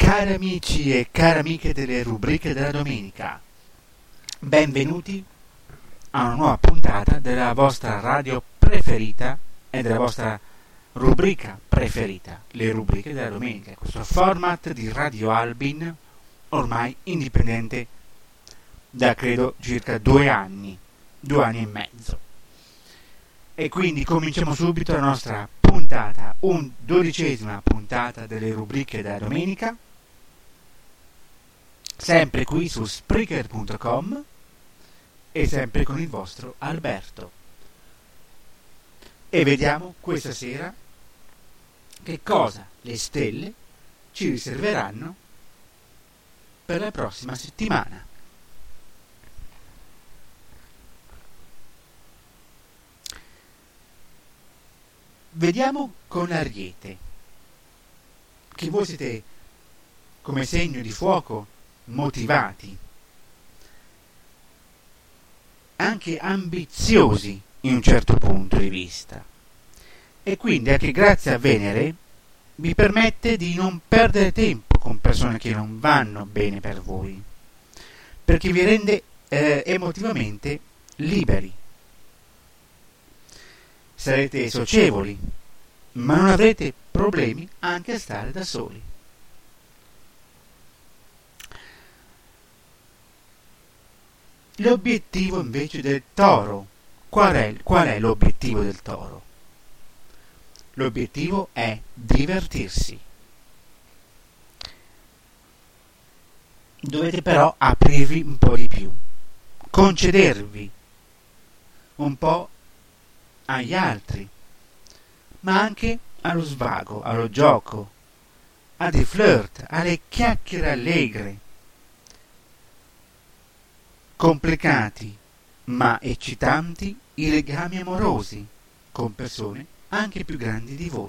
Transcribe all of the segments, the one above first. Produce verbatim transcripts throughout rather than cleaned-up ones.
Cari amici e care amiche delle rubriche della domenica, benvenuti a una nuova puntata della vostra radio preferita e della vostra rubrica preferita, le rubriche della domenica, questo format di Radio Albin ormai indipendente da credo circa due anni, due anni e mezzo. E quindi cominciamo subito la nostra puntata, un dodicesima puntata delle rubriche della domenica, sempre qui su Spreaker punto com e sempre con il vostro Alberto. E vediamo questa sera che cosa le stelle ci riserveranno per la prossima settimana. Vediamo con l'Ariete, che voi siete come segno di fuoco motivati, anche ambiziosi in un certo punto di vista, e quindi anche grazie a Venere vi permette di non perdere tempo con persone che non vanno bene per voi, perché vi rende eh, emotivamente liberi. Sarete socievoli, ma non avrete problemi anche a stare da soli. L'obiettivo invece del Toro. Qual è, qual è l'obiettivo del Toro? L'obiettivo è divertirsi. Dovete però aprirvi un po' di più, concedervi un po' agli altri, ma anche allo svago, allo gioco, a dei flirt, alle chiacchiere allegre, complicati ma eccitanti i legami amorosi con persone anche più grandi di voi.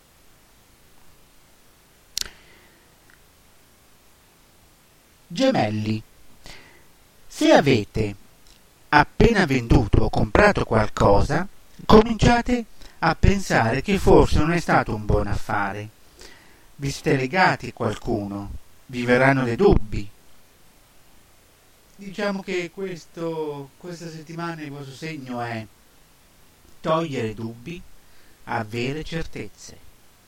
Gemelli, se avete appena venduto o comprato qualcosa, cominciate a pensare che forse non è stato un buon affare. Vi siete legati a qualcuno, vi verranno dei dubbi. Diciamo che questo, questa settimana il vostro segno è togliere dubbi, avere certezze.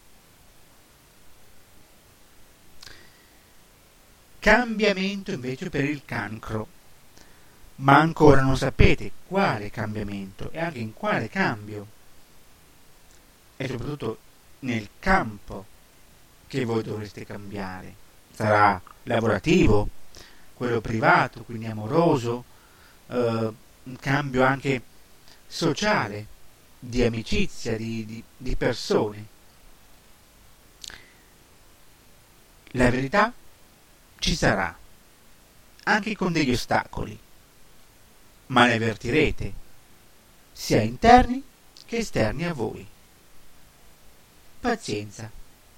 Cambiamento invece per il Cancro, ma ancora non sapete quale cambiamento e anche in quale cambio, e soprattutto nel campo che voi dovreste cambiare. Sarà lavorativo, quello privato, quindi amoroso, eh, un cambio anche sociale, di amicizia, di, di, di persone. La verità ci sarà, anche con degli ostacoli, ma ne avvertirete, sia interni che esterni a voi. Pazienza.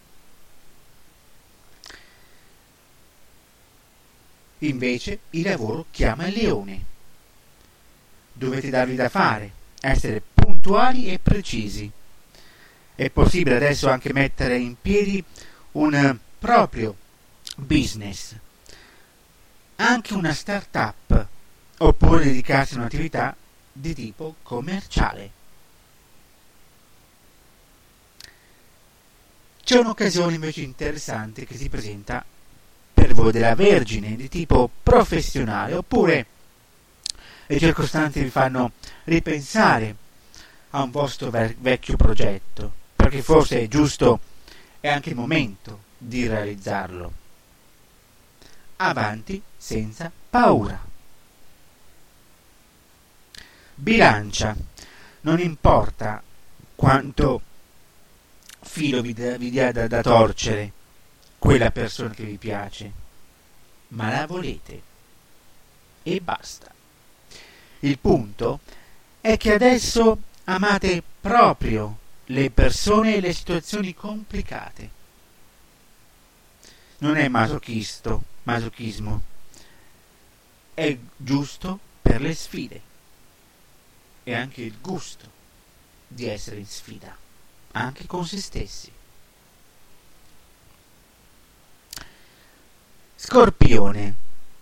Invece il lavoro chiama il Leone. Dovete darvi da fare, essere puntuali e precisi. È possibile adesso anche mettere in piedi un proprio business, anche una start-up, oppure dedicarsi a un'attività di tipo commerciale. C'è un'occasione invece interessante che si presenta per voi della Vergine, di tipo professionale, oppure le circostanze vi fanno ripensare a un vostro ver- vecchio progetto, perché forse è giusto, è anche il momento di realizzarlo. Avanti senza paura. Bilancia, non importa quanto filo vi, da, vi dia da, da torcere quella persona che vi piace, ma la volete e basta. Il punto è che adesso amate proprio le persone e le situazioni complicate. Non è masochisto, masochismo, è giusto per le sfide e anche il gusto di essere in sfida, anche con se stessi. Scorpione.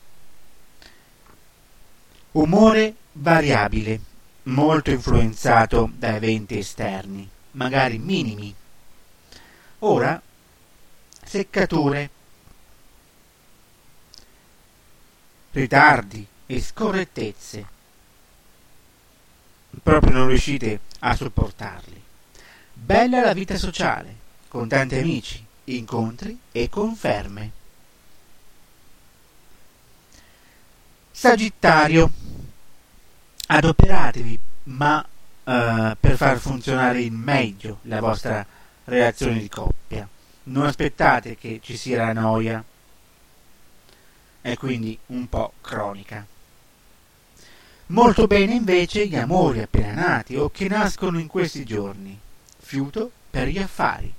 Umore variabile, molto influenzato da eventi esterni, magari minimi. Ora, seccature, ritardi e scorrettezze. Proprio non riuscite a sopportarli. Bella la vita sociale, con tanti amici, incontri e conferme. Sagittario. Adoperatevi, ma eh, per far funzionare in meglio la vostra relazione di coppia. Non aspettate che ci sia la noia, è quindi un po' cronica. Molto bene invece gli amori appena nati o che nascono in questi giorni. Fiuto per gli affari.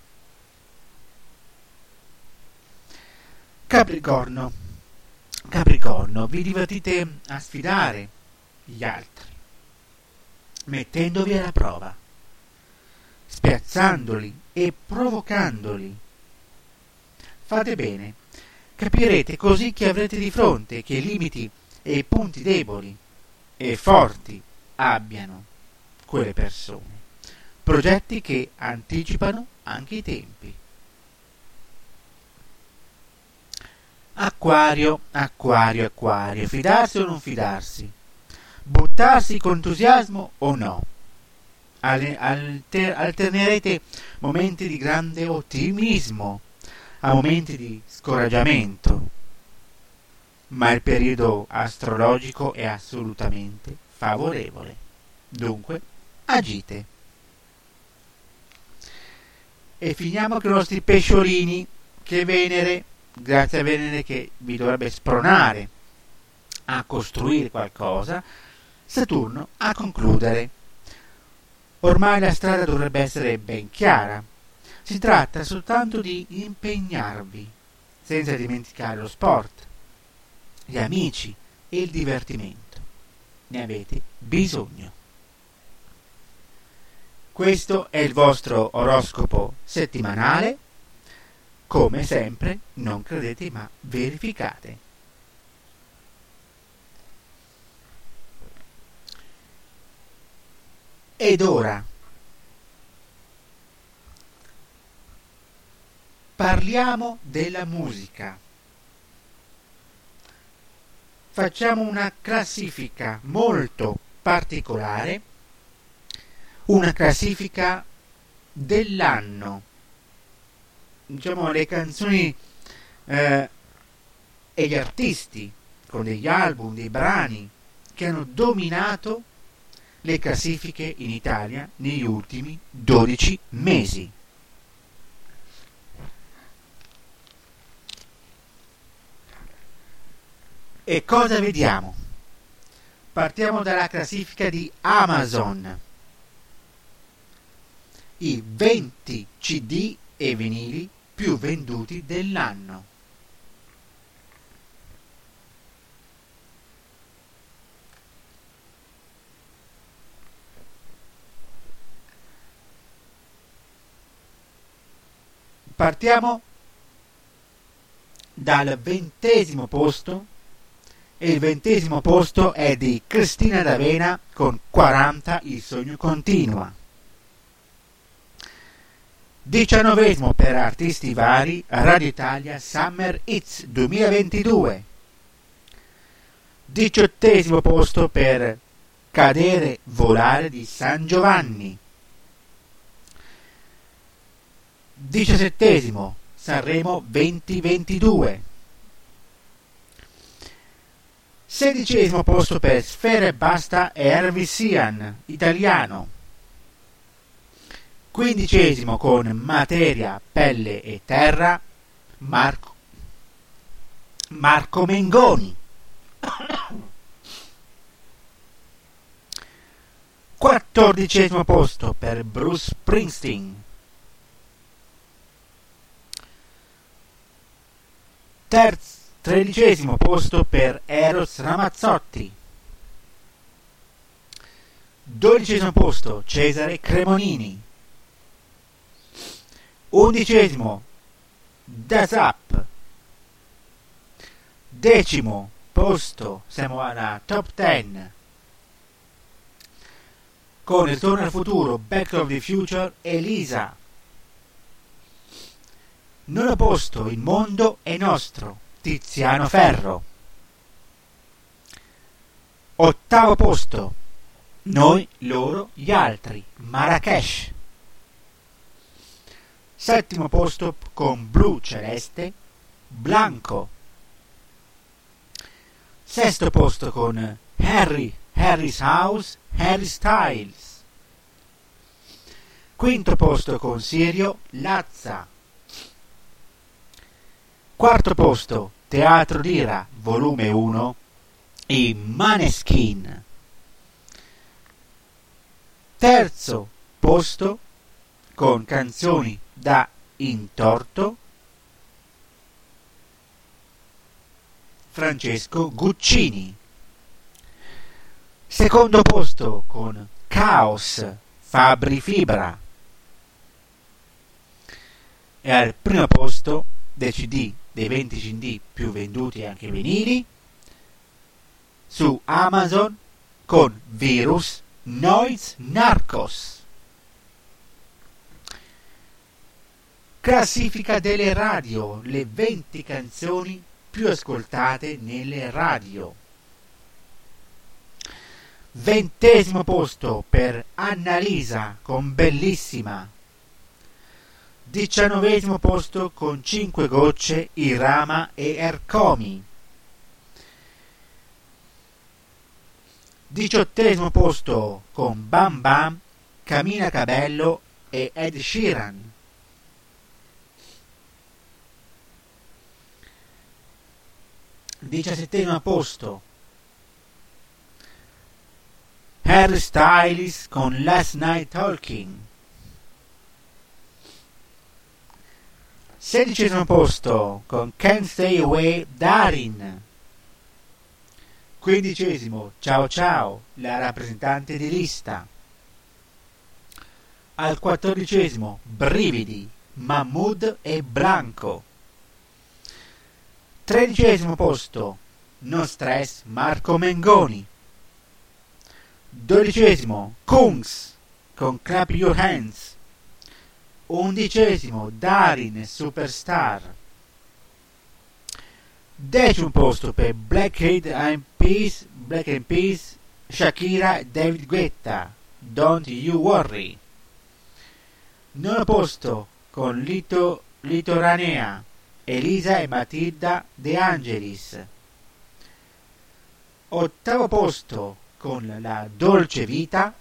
Capricorno. Capricorno, vi divertite a sfidare gli altri, mettendovi alla prova, spiazzandoli e provocandoli. Fate bene, capirete così che avrete di fronte che limiti e punti deboli e forti abbiano quelle persone, progetti che anticipano anche i tempi. Acquario, acquario, acquario, fidarsi o non fidarsi, buttarsi con entusiasmo o no. Alter- alternerete momenti di grande ottimismo a momenti di scoraggiamento, ma il periodo astrologico è assolutamente favorevole. Dunque, agite. E finiamo con i nostri pesciolini, che Venere, grazie a Venere che vi dovrebbe spronare a costruire qualcosa, Saturno a concludere. Ormai la strada dovrebbe essere ben chiara. Si tratta soltanto di impegnarvi, senza dimenticare lo sport, gli amici e il divertimento. Ne avete bisogno. Questo è il vostro oroscopo settimanale. Come sempre, non credete ma verificate. Ed ora parliamo della musica. Facciamo una classifica molto particolare, una classifica dell'anno. Diciamo le canzoni eh, e gli artisti con degli album, dei brani che hanno dominato le classifiche in Italia negli ultimi dodici mesi. E cosa vediamo? Partiamo dalla classifica di Amazon. I venti C D e vinili più venduti dell'anno. Partiamo dal ventesimo posto, e il ventesimo posto è di Cristina D'Avena con quaranta Il sogno continua. diciannovesimo per artisti vari, Radio Italia Summer Hits duemilaventidue. diciottesimo posto per Cadere volare di San Giovanni. diciassettesimo Sanremo duemilaventidue. sedicesimo posto per Sfera Ebbasta e Elvis Ian, italiano. quindicesimo con Materia, Pelle e Terra, Marco, Marco Mengoni. quattordicesimo posto per Bruce Springsteen. Terzo, tredicesimo posto per Eros Ramazzotti. dodicesimo posto Cesare Cremonini. undicesimo Da Zap. Decimo posto, siamo alla top dieci, con Ritorno al futuro, Back to the Future, Elisa. Nono posto, Il mondo è nostro, Tiziano Ferro. Ottavo posto, Noi, loro, gli altri, Marrakesh. Settimo posto, con Blu Celeste, Blanco. Sesto posto, con Harry, Harry's House, Harry Styles. Quinto posto, con Sirio, Lazza. Quarto posto, Teatro Lira, volume uno, i Maneskin. Terzo posto, con Canzoni da intorto, Francesco Guccini. Secondo posto, con Caos, Fabri Fibra. E al primo posto dei C D, dei venti C D più venduti anche vinili, su Amazon, con Virus, Noise, Narcos. Classifica delle radio, le venti canzoni più ascoltate nelle radio. Ventesimo posto per Annalisa con Bellissima. Diciannovesimo posto con Cinque Gocce, Irama e Ercomi. Diciottesimo posto con Bam Bam, Camila Cabello e Ed Sheeran. Diciassettesimo posto, Harry Styles con Last Night Talking. Sedicesimo posto con Can't Stay Away, Darin. Quindicesimo, Ciao Ciao, la rappresentante di lista. Al quattordicesimo, Brividi, Mahmood e Blanco. Tredicesimo posto, No Stress, Marco Mengoni. Dodicesimo, Kungs con Clap Your Hands. Undicesimo, Darin, Superstar. Decimo posto per Black Eyed and Peas, Black Eyed Peas, Shakira e David Guetta, Don't You Worry. Nono posto con Lito, Litoranea, Elisa e Matilda De Angelis. Ottavo posto con La Dolce Vita,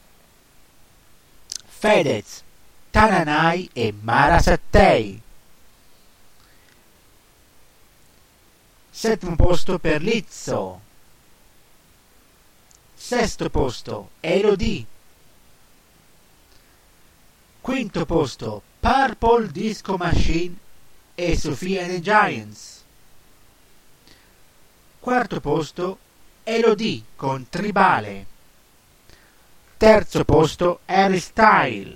Fedez, Tananai e Mara Sattei. Settimo posto per Lizzo. Sesto posto Elodie. Quinto posto Purple Disco Machine e Sofia and the Giants. Quarto posto Elodie con Tribale. Terzo posto Harry Styles.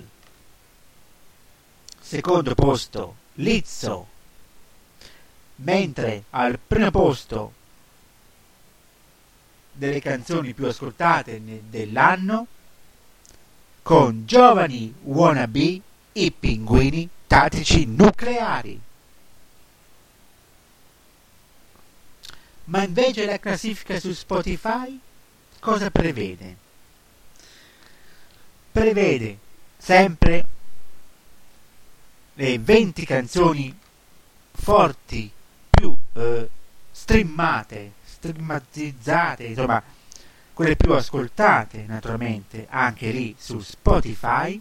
Secondo posto Lizzo. Mentre al primo posto delle canzoni più ascoltate dell'anno, con Giovani Wannabe, i Pinguini Tattici Nucleari. Ma invece la classifica su Spotify cosa prevede? Prevede sempre le venti canzoni forti più eh, streamate, streamatizzate, insomma quelle più ascoltate naturalmente anche lì su Spotify.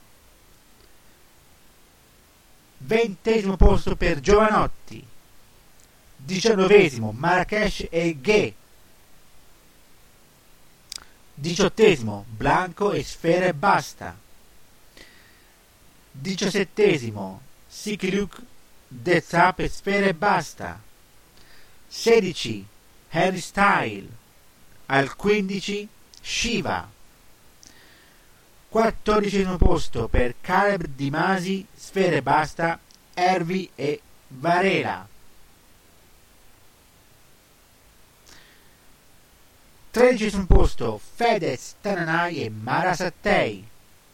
Ventesimo posto per Giovanotti. Diciannovesimo Marrakesh e Ghe. Diciottesimo Blanco e Sfera e Basta. Diciassettesimo Sicky Luke, Death Up e Sfera e Basta. Sedici Harry Styles. Al quindici Shiva. Quattordicesimo posto per Caleb Di Masi, Sfera e Basta, Ervi e Varela. Tredicesimo posto Fedez, Tananai e Mara Sattei.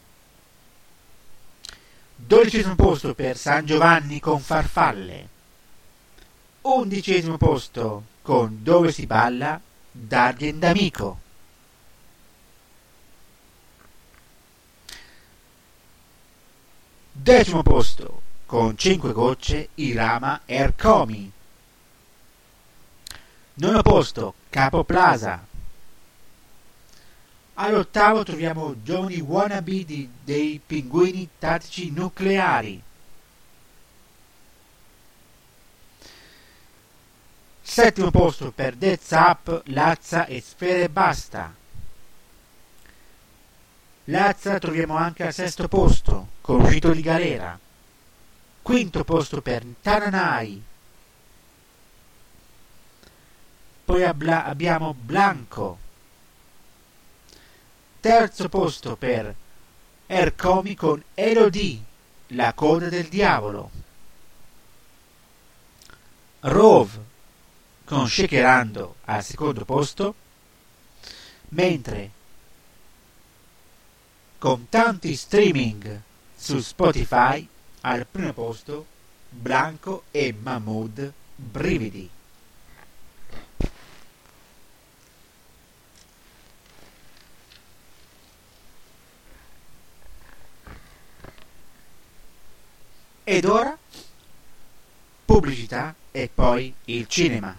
Dodicesimo posto per San Giovanni con Farfalle. Undicesimo posto con Dove si balla Dargen D'Amico. Decimo posto con Cinque gocce Irama Ercomi. Nono posto Capo Plaza. All'ottavo troviamo Johnny Wannabe di, dei Pinguini Tattici Nucleari. Settimo posto per Dead Zap, Lazza e Sfere Basta. Lazza troviamo anche al sesto posto con Uscito di Galera. Quinto posto per Tananai. Poi abla- abbiamo Blanco. Terzo posto per Ercomi con Elodie, La coda del diavolo. Rove con Shakerando al secondo posto, mentre con tanti streaming su Spotify al primo posto Blanco e Mahmood Brividi. Ed ora pubblicità e poi il cinema.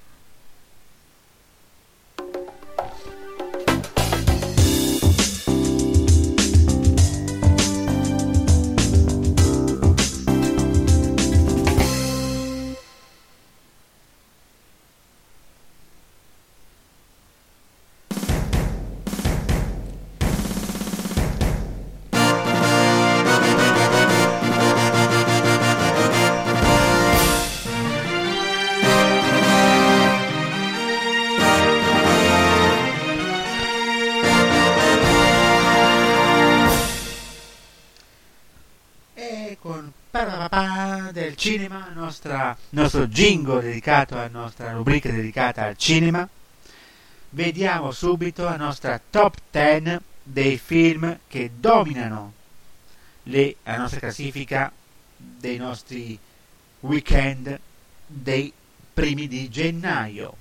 Del cinema, nostra, nostro jingle dedicato alla nostra rubrica dedicata al cinema, vediamo subito la nostra top dieci dei film che dominano le, la nostra classifica dei nostri weekend dei primi di gennaio.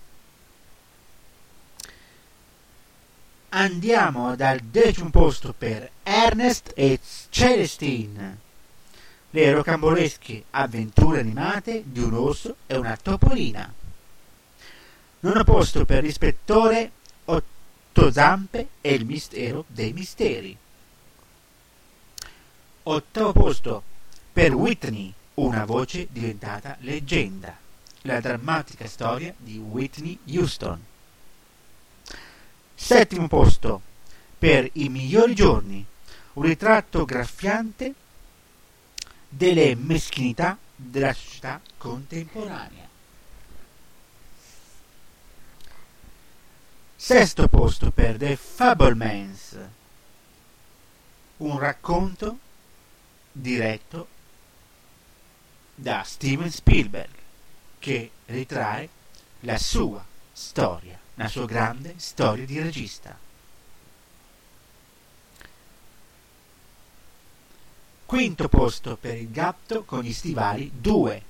Andiamo dal decimo posto per Ernest e Celestine, le rocambolesche avventure animate di un orso e una topolina. Nono posto per l'ispettore Ottozampe e il mistero dei misteri. Ottavo posto per Whitney, una voce diventata leggenda, la drammatica storia di Whitney Houston. Settimo posto per I migliori giorni, un ritratto graffiante delle meschinità della società contemporanea. Sesto posto per The Fabelmans, un racconto diretto da Steven Spielberg che ritrae la sua storia, la sua grande storia di regista. Quinto posto per Il gatto con gli stivali due.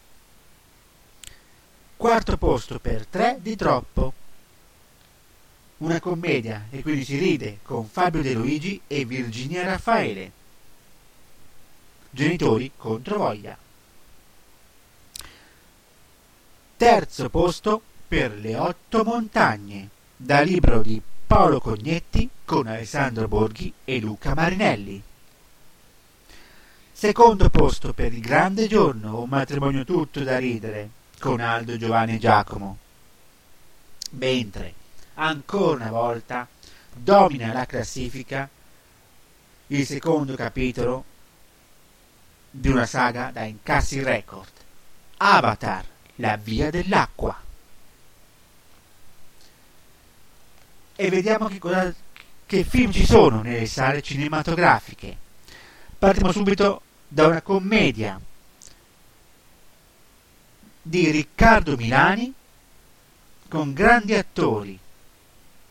Quarto posto per Tre di troppo, una commedia e quindi si ride con Fabio De Luigi e Virginia Raffaele. Genitori contro voglia. Terzo posto per Le otto montagne, da libro di Paolo Cognetti con Alessandro Borghi e Luca Marinelli. Secondo posto per Il grande giorno, un matrimonio tutto da ridere, con Aldo, Giovanni e Giacomo. Mentre, ancora una volta, domina la classifica il secondo capitolo di una saga da incassi record, Avatar, la via dell'acqua. E vediamo che, cosa, che film ci sono nelle sale cinematografiche. Partiamo subito da una commedia di Riccardo Milani con grandi attori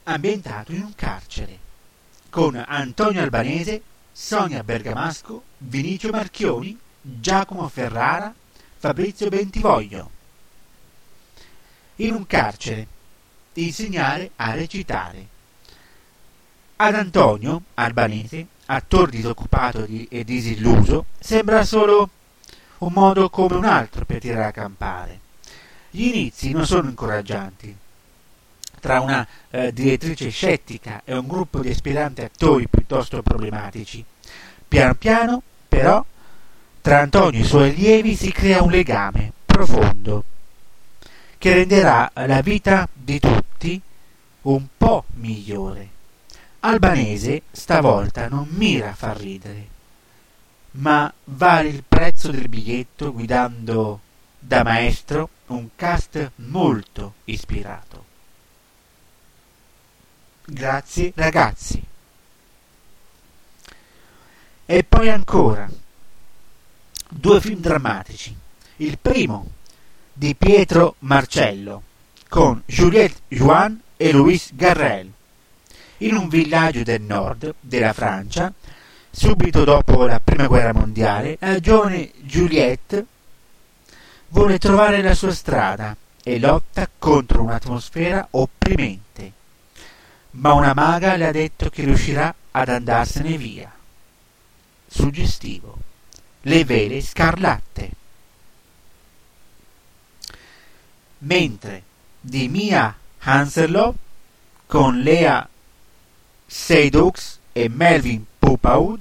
ambientato in un carcere, con Antonio Albanese, Sonia Bergamasco, Vinicio Marchioni, Giacomo Ferrara, Fabrizio Bentivoglio. In un carcere, insegnare a recitare. Ad Antonio Albanese, attore disoccupato e disilluso, sembra solo un modo come un altro per tirare a campare. Gli inizi non sono incoraggianti. Tra una eh, direttrice scettica e un gruppo di aspiranti attori piuttosto problematici. Piano piano, però, tra Antonio e i suoi allievi si crea un legame profondo che renderà la vita di tutti un po' migliore. Albanese stavolta non mira a far ridere, ma vale il prezzo del biglietto guidando da maestro un cast molto ispirato. Grazie ragazzi. E poi ancora due film drammatici. Il primo di Pietro Marcello con Juliette Join e Louis Garrel. In un villaggio del nord della Francia, subito dopo la prima guerra mondiale, la giovane Juliette vuole trovare la sua strada e lotta contro un'atmosfera opprimente, ma una maga le ha detto che riuscirà ad andarsene via. Suggestivo. Le vele scarlatte. Mentre di Mia Hanselow con Lea Seydoux e Melvin Poupaud,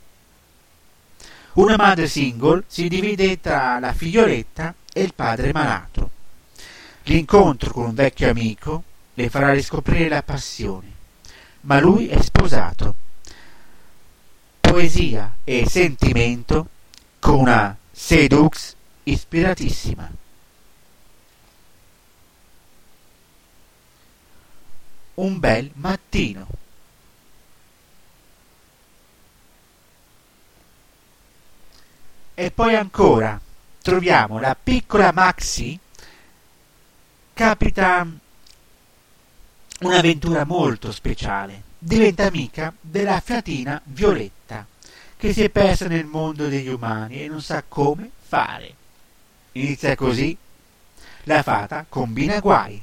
una madre single si divide tra la figlioletta e il padre malato. L'incontro con un vecchio amico le farà riscoprire la passione, ma lui è sposato. Poesia e sentimento con una Seydoux ispiratissima. Un bel mattino. E poi ancora troviamo la piccola Maxi. Capita un'avventura molto speciale. Diventa amica della fatina Violetta, che si è persa nel mondo degli umani e non sa come fare. Inizia così. La fata combina guai.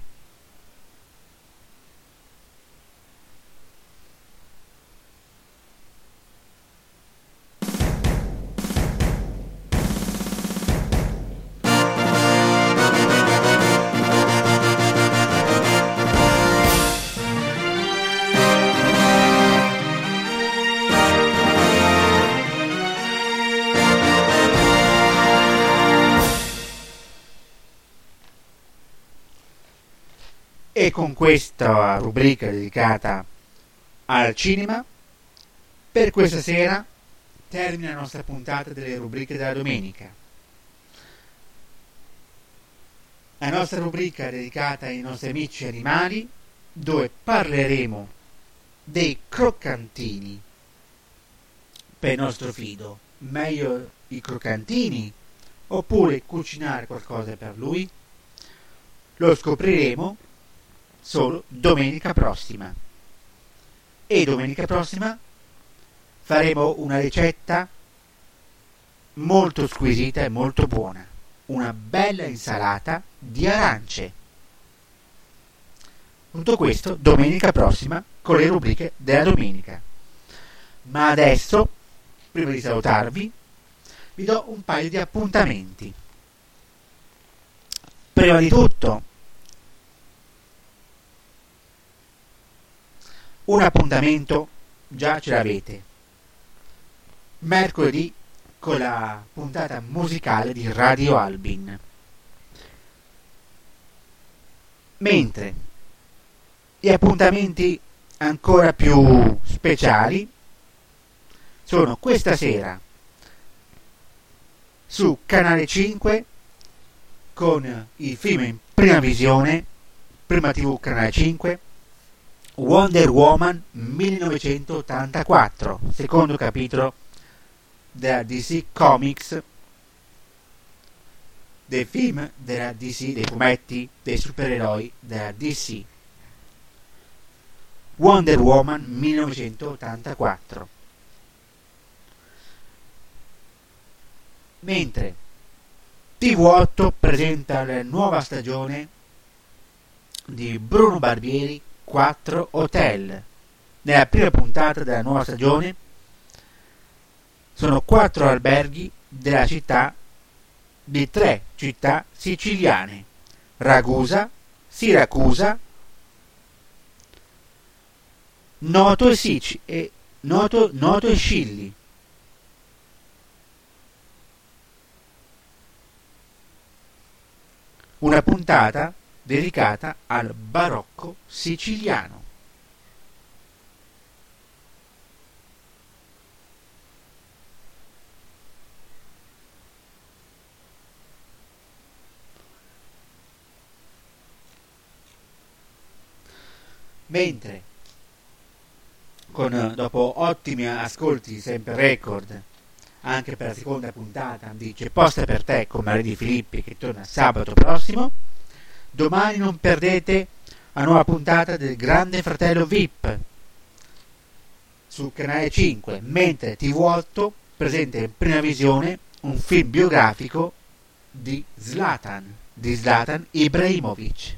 E con questa rubrica dedicata al cinema, per questa sera termina la nostra puntata delle rubriche della domenica. La nostra rubrica dedicata ai nostri amici animali, dove parleremo dei croccantini per il nostro fido. Meglio i croccantini oppure cucinare qualcosa per lui? Lo scopriremo solo domenica prossima. E domenica prossima faremo una ricetta molto squisita e molto buona, una bella insalata di arance. Tutto questo domenica prossima con le rubriche della domenica. Ma adesso, prima di salutarvi, vi do un paio di appuntamenti. Prima di tutto, un appuntamento già ce l'avete mercoledì con la puntata musicale di Radio Albin, mentre gli appuntamenti ancora più speciali sono questa sera su Canale cinque con il film in prima visione, Prima tivù Canale cinque, Wonder Woman millenovecentottantaquattro, secondo capitolo della D C Comics, dei film della D C, dei fumetti, dei supereroi della D C. Wonder Woman millenovecentottantaquattro. Mentre T V otto presenta la nuova stagione di Bruno Barbieri quattro Hotel. Nella prima puntata della nuova stagione sono quattro alberghi della città di tre città siciliane: Ragusa, Siracusa, Noto e Sici e Noto, Noto e Scilli. Una puntata dedicata al barocco siciliano. Mentre con dopo ottimi ascolti sempre record anche per la seconda puntata di C'è posta per te con Maria Di Filippi, che torna sabato prossimo, domani non perdete la nuova puntata del Grande Fratello V I P su Canale cinque, mentre T V otto presenta in prima visione un film biografico di Zlatan, di Zlatan Ibrahimovic.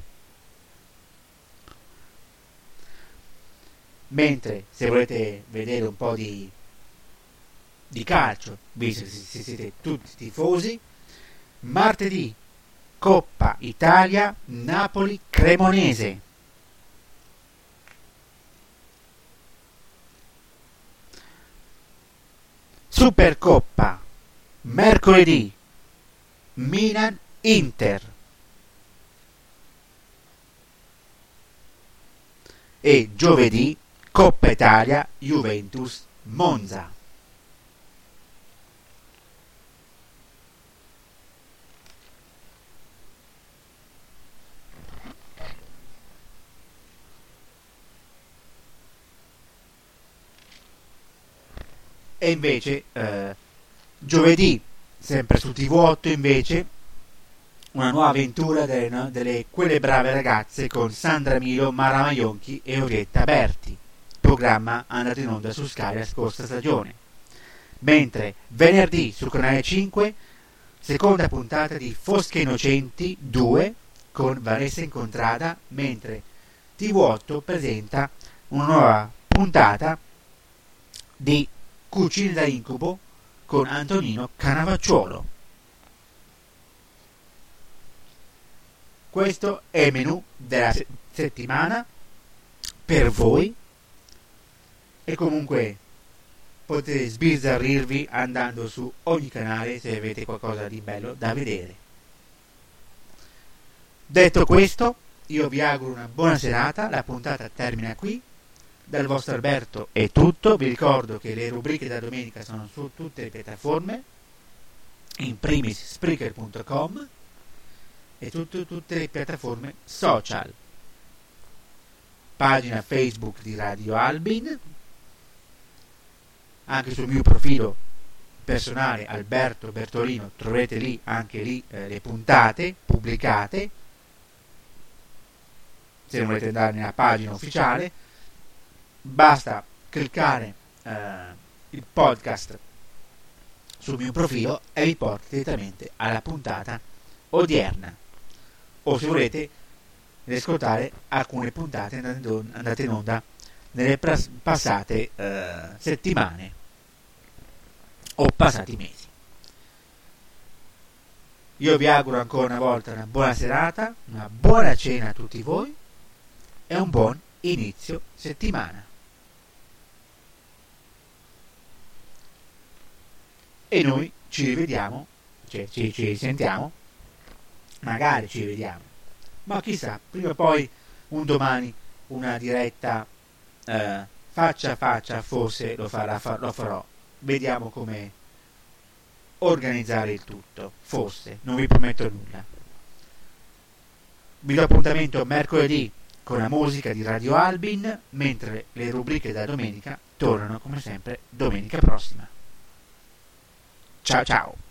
Mentre se volete vedere un po' di di calcio, visto che siete tutti tifosi, martedì Coppa Italia Napoli Cremonese. Supercoppa mercoledì Milan Inter. E giovedì Coppa Italia Juventus Monza. E invece eh, giovedì, sempre su T V otto, invece una nuova avventura delle, no, delle Quelle brave ragazze con Sandra Milo, Mara Maionchi e Orietta Berti, programma andato in onda su Sky la scorsa stagione. Mentre venerdì su Canale cinque seconda puntata di Fosche Innocenti due con Vanessa Incontrada, mentre T V otto presenta una nuova puntata di Cucine da incubo con Antonino Canavacciuolo. Questo è il menù della se- settimana per voi, e comunque potete sbizzarrirvi andando su ogni canale se avete qualcosa di bello da vedere. Detto questo, io vi auguro una buona serata, la puntata termina qui. Dal vostro Alberto è tutto, vi ricordo che le rubriche da domenica sono su tutte le piattaforme, in primis Spreaker punto com e tutte, tutte le piattaforme social, pagina Facebook di Radio Albin, anche sul mio profilo personale Alberto Bertolino troverete lì anche lì eh, le puntate pubblicate, se non volete andare nella pagina ufficiale basta cliccare eh, il podcast sul mio profilo e vi porta direttamente alla puntata odierna, o se volete ascoltare alcune puntate andate in onda nelle pras- passate eh, settimane o passati mesi. Io vi auguro ancora una volta una buona serata, una buona cena a tutti voi e un buon inizio settimana. E noi ci rivediamo, cioè ci, ci sentiamo, magari ci rivediamo, ma chissà, prima o poi un domani una diretta eh, faccia a faccia forse lo, farà, lo farò, vediamo come organizzare il tutto, forse, non vi prometto nulla. Vi do appuntamento mercoledì con la musica di Radio Albin, mentre le rubriche da domenica tornano come sempre domenica prossima. Ciao ciao!